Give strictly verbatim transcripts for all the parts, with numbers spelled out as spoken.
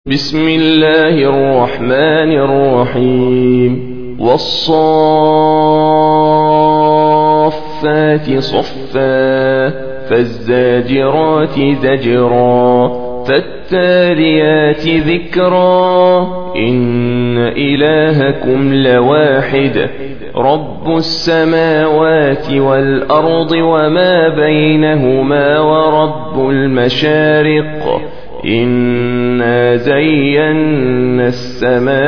بسم الله الرحمن الرحيم والصافات صفا فالزاجرات زجرا فالتاليات ذكرا إن إلهكم لواحد رب السماوات والأرض وما بينهما ورب المشارق إنا زينا السماء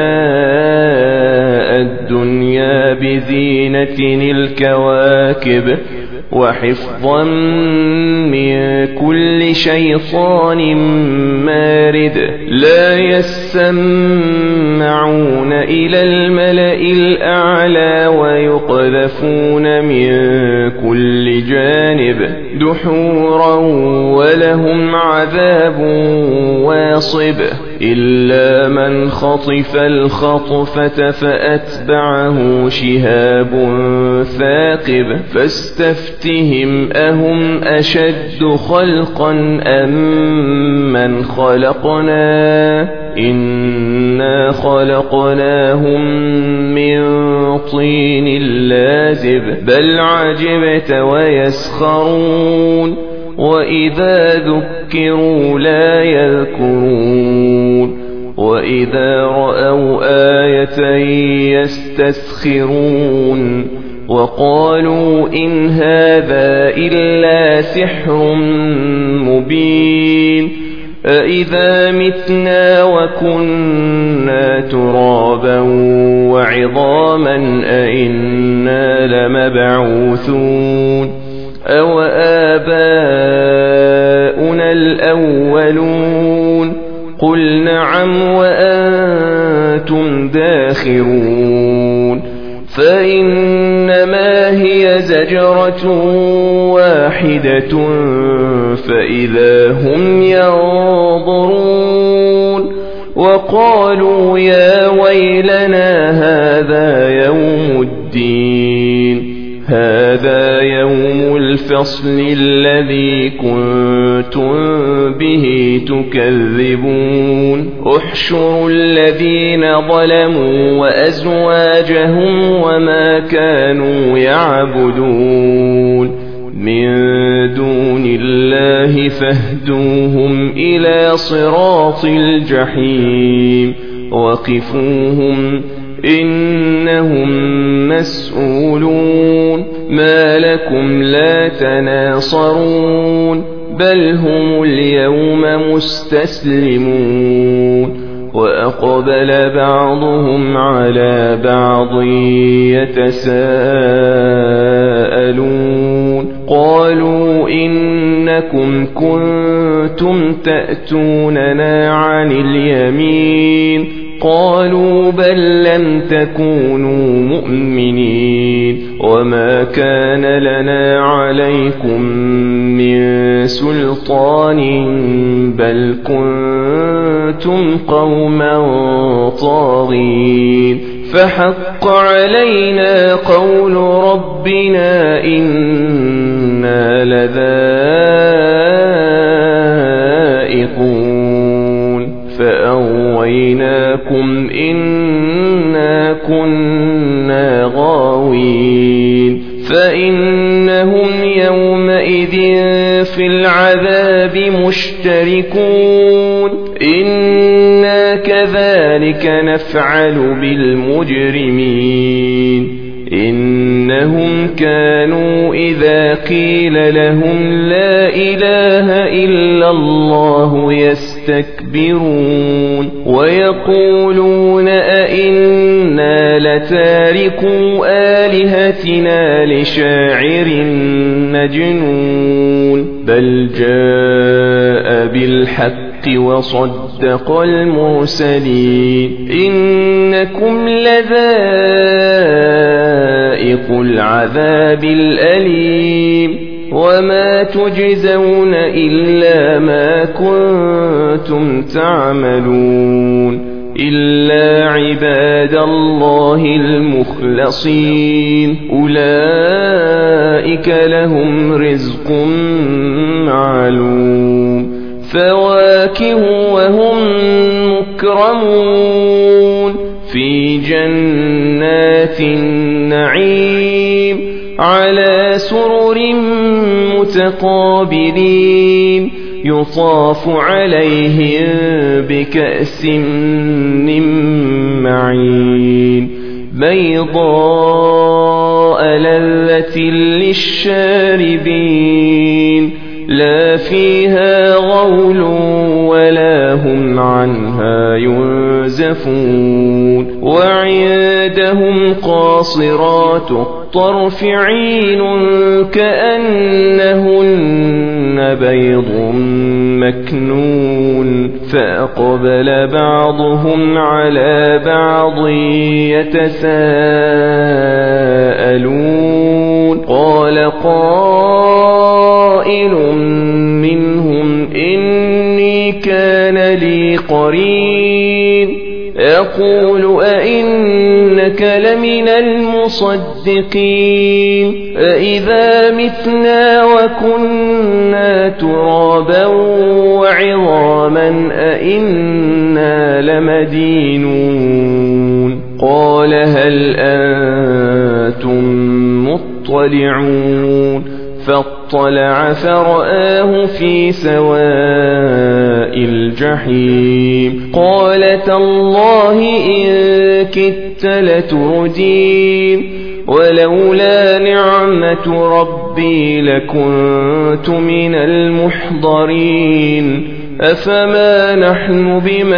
الدنيا بزينة الكواكب وحفظا من كل شيطان مارد لا يسمعون إلى الملأ الأعلى ويقذفون من كل جانب دحورا ولهم عذاب واصب إلا من خطف الخطفة فأتبعه شهاب ثاقب فاستفتهم أهم أشد خلقا أم من خلقنا إنا خلقناهم من طين لازب بل عجبت ويسخرون وإذا ذكروا لا يذكرون وإذا رأوا آية يستسخرون وقالوا إن هذا إلا سحر مبين أإذا متنا وكنا ترابا وعظاما أإنا لمبعوثون أو آباؤنا الأولون قل نعم وأنتم داخرون فإنما هي زجرة واحدة فإذا هم ينظرون وقالوا يا ويلنا هذا يوم الدين هذا يوم الفصل الذي كنتم به تكذبون احشروا الذين ظلموا وأزواجهم وما كانوا يعبدون من دون الله فاهدوهم إلى صراط الجحيم وقفوهم إنهم مسؤولون ما لكم لا تناصرون بل هم اليوم مستسلمون وأقبل بعضهم على بعض يتساءلون قالوا إنكم كنتم تأتوننا عن اليمين قالوا بل لم تكونوا مؤمنين وما كان لنا عليكم من سلطان بل كنتم قوما طاغين فحق علينا قول ربنا إنا لذائقون فأغويناكم إنا كنا غاوين فإنهم يومئذ في العذاب مشتركون إنا كذلك نفعل بالمجرمين إنهم كانوا إذا قيل لهم لا إله إلا الله يستكبرون ويقولون أئنا لتاركو آلهتنا لشاعر مجنون بل جاء بالحق وصدق المرسلين إنكم لذائق العذاب الأليم وما تجزون إلا ما كنتم تعملون إلا عباد الله المخلصين أولئك لهم رزق معلوم فواكه وهم مكرمون في جنات النعيم على سرر متقابلين يطاف عليهم بكأس من معين بيضاء لذة للشاربين لا فيها غول ولا هم عنها ينزفون وعندهم قاصرات الطرف عين كأنهن بيض مكنون فأقبل بعضهم على بعض يتساءلون قال قائل منهم إني كان لي قرين يقول أئنك لمن المصدقين أئذا متنا وكنا ترابا وعظاما أئنا لمدينون قال هل أنتم مطلعون فاطلع فرآه في سواء الجحيم قال تالله إن كدت لتردين ولولا نعمة ربي لكنت من المحضرين أفما نحن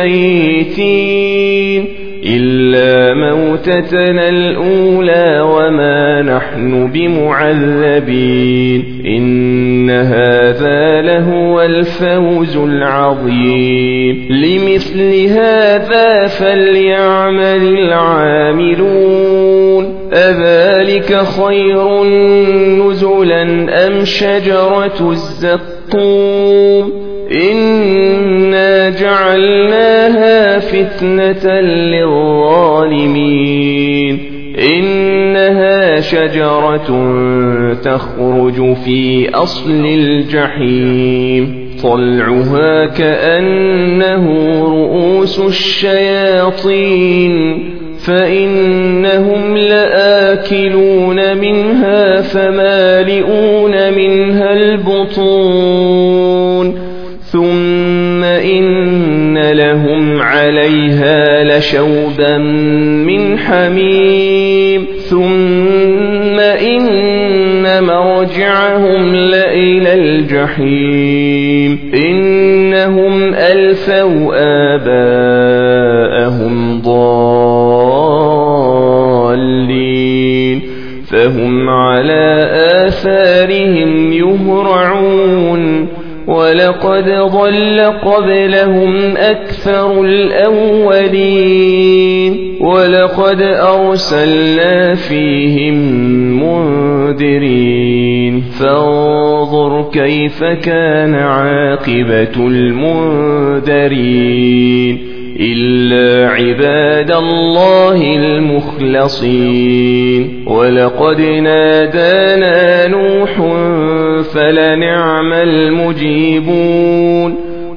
بميتين إلا موتتنا الأولى وما نحن بمعذبين إن هذا لهو الفوز العظيم لمثل هذا فليعمل العاملون أذلك خير نزلا أم شجرة الزقوم إنا جعلناها فتنة للظالمين إنها شجرة تخرج في أصل الجحيم طلعها كأنه رؤوس الشياطين فإنهم لآكلون منها فمالئون منها البطون ثم إن لهم عليها لشوبا من حميم ثم إن مرجعهم لإلى الجحيم إنهم ألفوا آباءهم ضالين فهم على آثارهم يهرعون ولقد ضل قبلهم أكثر الأولين ولقد أرسلنا فيهم منذرين فانظر كيف كان عاقبة المنذرين إلا عباد الله المخلصين ولقد نادانا نوح فلنعم المجيبون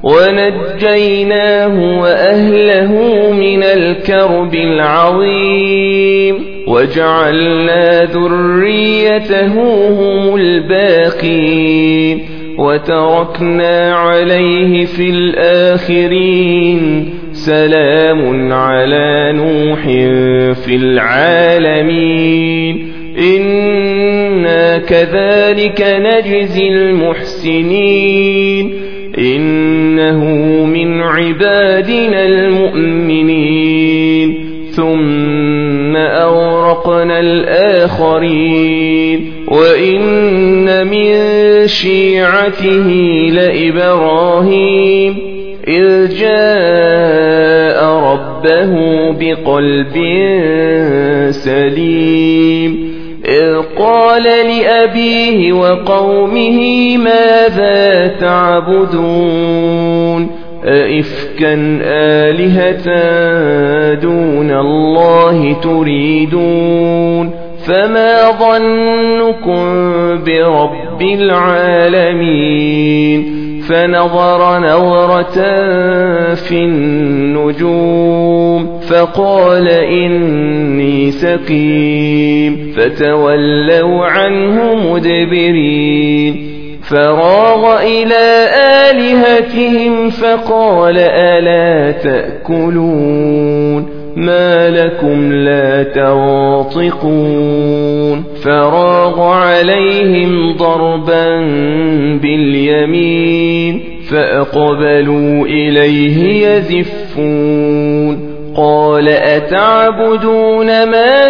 ونجيناه وأهله من الكرب العظيم وجعلنا ذريته هم الباقين وتركنا عليه في الآخرين سلام على نوح في العالمين إنا كذلك نجزي المحسنين إنه من عبادنا المؤمنين ثم أورقنا الآخرين وإن من شيعته لإبراهيم إذ جاء ربه بقلب سليم إذ قال لأبيه وقومه ماذا تعبدون أئفكا آلهة دون الله تريدون فما ظنكم برب العالمين فنظر نظرة في النجوم فقال إني سقيم فتولوا عنه مدبرين فراغ إلى آلهتهم فقال ألا تأكلون ما لكم لا تنطقون فراغ عليهم ضربا باليمين فأقبلوا إليه يزفون قال أتعبدون ما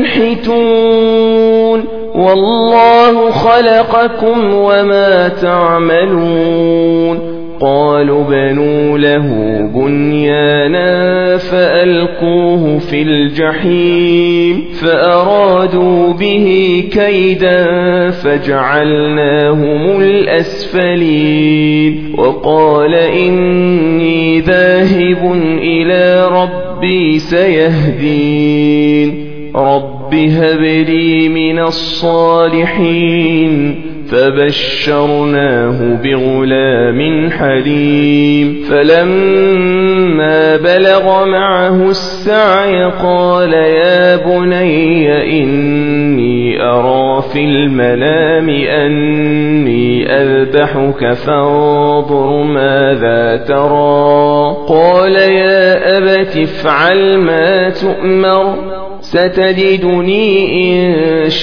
تنحتون والله خلقكم وما تعملون قالوا بنوا له بنيانا فألقوه في الجحيم فأرادوا به كيدا فجعلناهم الأسفلين وقال إني ذاهب إلى ربي سيهدين رب هب لي من الصالحين فبشرناه بغلام حليم فلما بلغ معه السعي قال يا بني إني أرى في المنام أني أذبحك فانظر ماذا ترى قال يا أبت افعل ما تؤمر ستجدني إن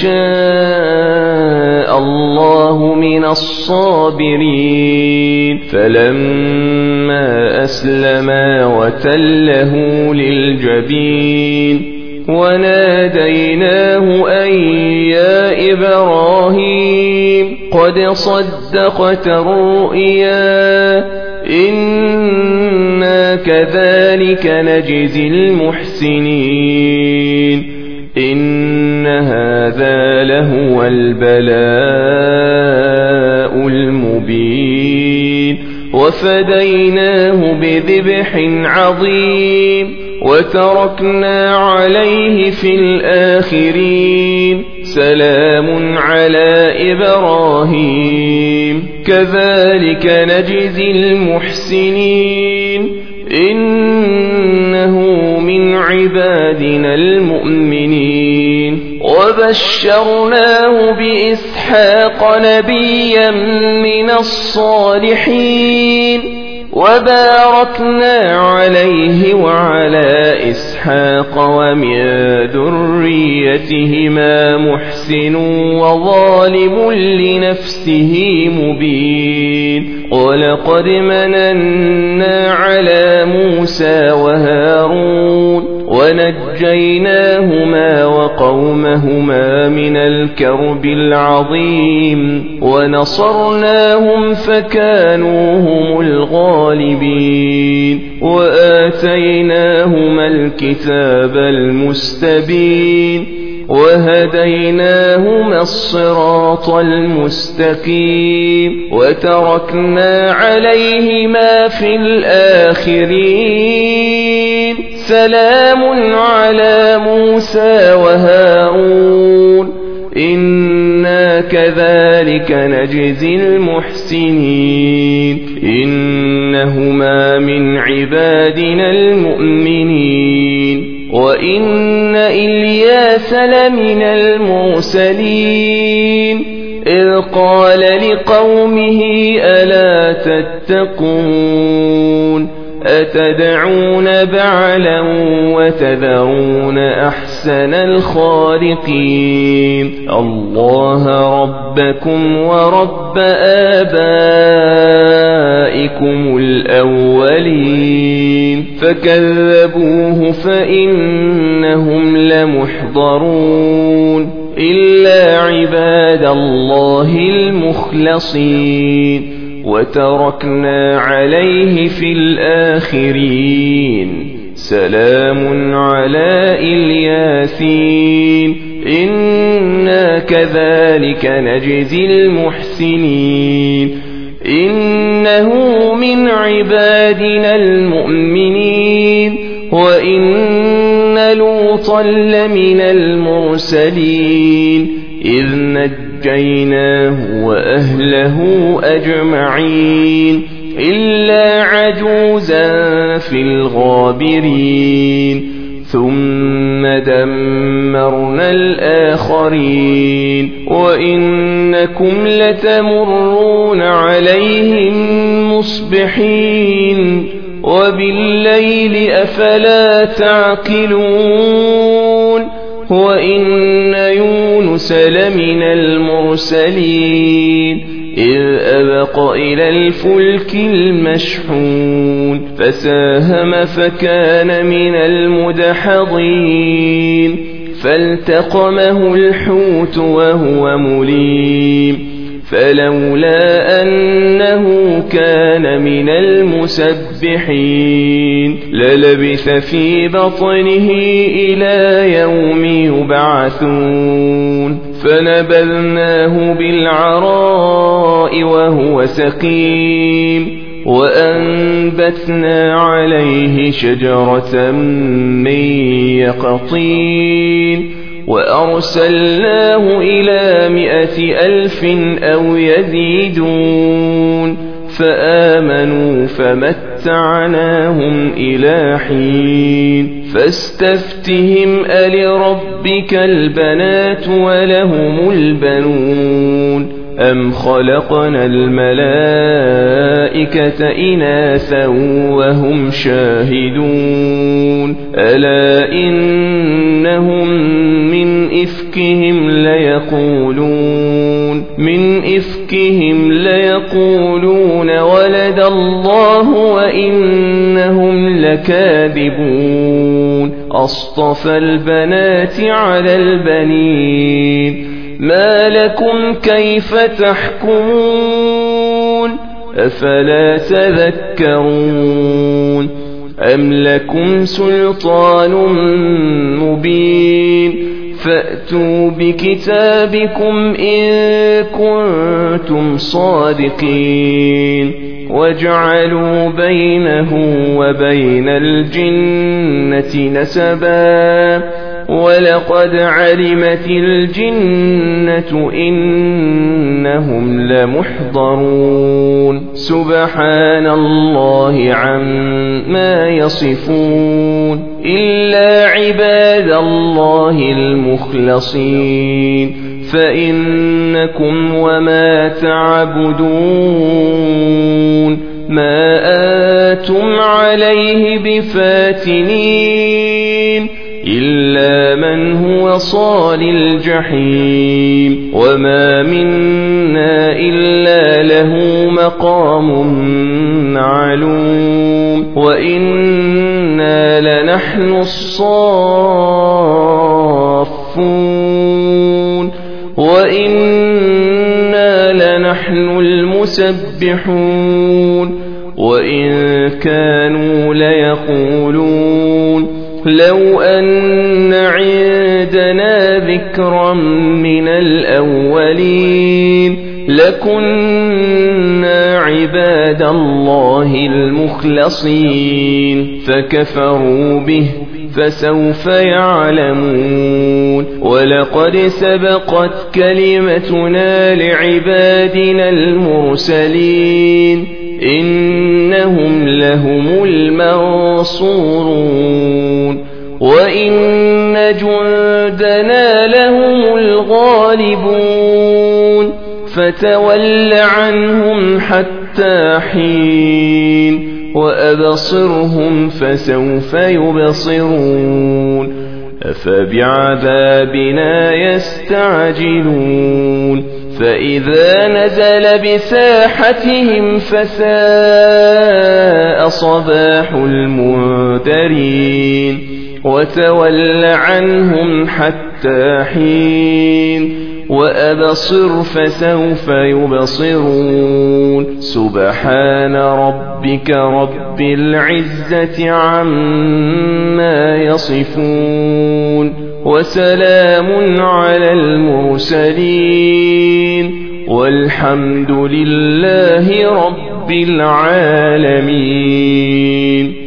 شاء الله من الصابرين فلما أسلما وتله للجبين وناديناه أن يا إبراهيم قد صدقت الرؤيا إنا كذلك نجزي المحسنين إن هذا لهو البلاء المبين وفديناه بذبح عظيم وتركنا عليه في الآخرين سلام على إبراهيم كذلك نجزي المحسنين إنه من عبادنا المؤمنين وبشرناه بإسحاق نبيا من الصالحين وباركنا عليه وعلى إسحاق ومن ذريتهما محسن وظالم لنفسه مبين ولقد مننا على موسى وهارون ونجيناهما وقومهما من الكرب العظيم ونصرناهم فكانوا هم الغالبين وآتيناهما الكتاب المستبين وهديناهما الصراط المستقيم وتركنا عليهما في الآخرين سلام على موسى وهارون إنا كذلك نجزي المحسنين إنهما من عبادنا المؤمنين وإن إلياس لمن المرسلين إذ قال لقومه ألا تتقون أتدعون بعلا وتذرون أحسن الخالقين الله ربكم ورب آبائكم الأولين فكذبوه فإنهم لمحضرون إلا عباد الله المخلصين وتركنا عليه في الآخرين سلام على الياسين إنا كذلك نجزي المحسنين إنه من عبادنا المؤمنين وإن لوطا لمن المرسلين إذ نجى نجيناه وأهله أجمعين إلا عجوزا في الغابرين ثم دمرنا الآخرين وإنكم لتمرون عليهم مصبحين وبالليل أفلا تعقلون وإن يونس لمن المرسلين إذ أبق إلى الفلك المشحون فساهم فكان من المدحضين فالتقمه الحوت وهو مليم فلولا أنه كان من المسبحين للبث في بطنه إلى يوم يبعثون فنبذناه بالعراء وهو سقيم وأنبتنا عليه شجرة من يقطين وأرسلناه إلى مائة ألف أو يزيدون فآمنوا فمتعناهم إلى حين فاستفتهم ألربك البنات ولهم البنون أم خلقنا الملائكة إناثا وهم شاهدون ألا إنهم من إفكهم ليقولون من إفكهم ليقولون ولد الله وإنهم لكاذبون أصطفى البنات على البنين ما لكم كيف تحكمون أفلا تذكرون أم لكم سلطان مبين فأتوا بكتابكم إن كنتم صادقين واجعلوا بينه وبين الجنة نسبا ولقد علمت الجنة إنهم لمحضرون سبحان الله عما يصفون إلا عباد الله المخلصين فإنكم وما تعبدون ما أنتم عليه بفاتنين إلا من هو صال الجحيم وما منا إلا له مقام معلوم وإنا لنحن الصافون وإنا لنحن المسبحون وإن كانوا ليقولون لو أن عندنا ذكرا من الأولين لكنا عباد الله المخلصين فكفروا به فسوف يعلمون ولقد سبقت كلمتنا لعبادنا المرسلين إنهم لهم المنصورون وإن جندنا لهم الغالبون فتول عنهم حتى حين وأبصرهم فسوف يبصرون أفبعذابنا يستعجلون فإذا نزل بساحتهم فساء صباح المنذرين وتول عنهم حتى حين وأبصر فسوف يبصرون سبحان ربك رب العزة عما يصفون وسلام على المرسلين والحمد لله رب العالمين.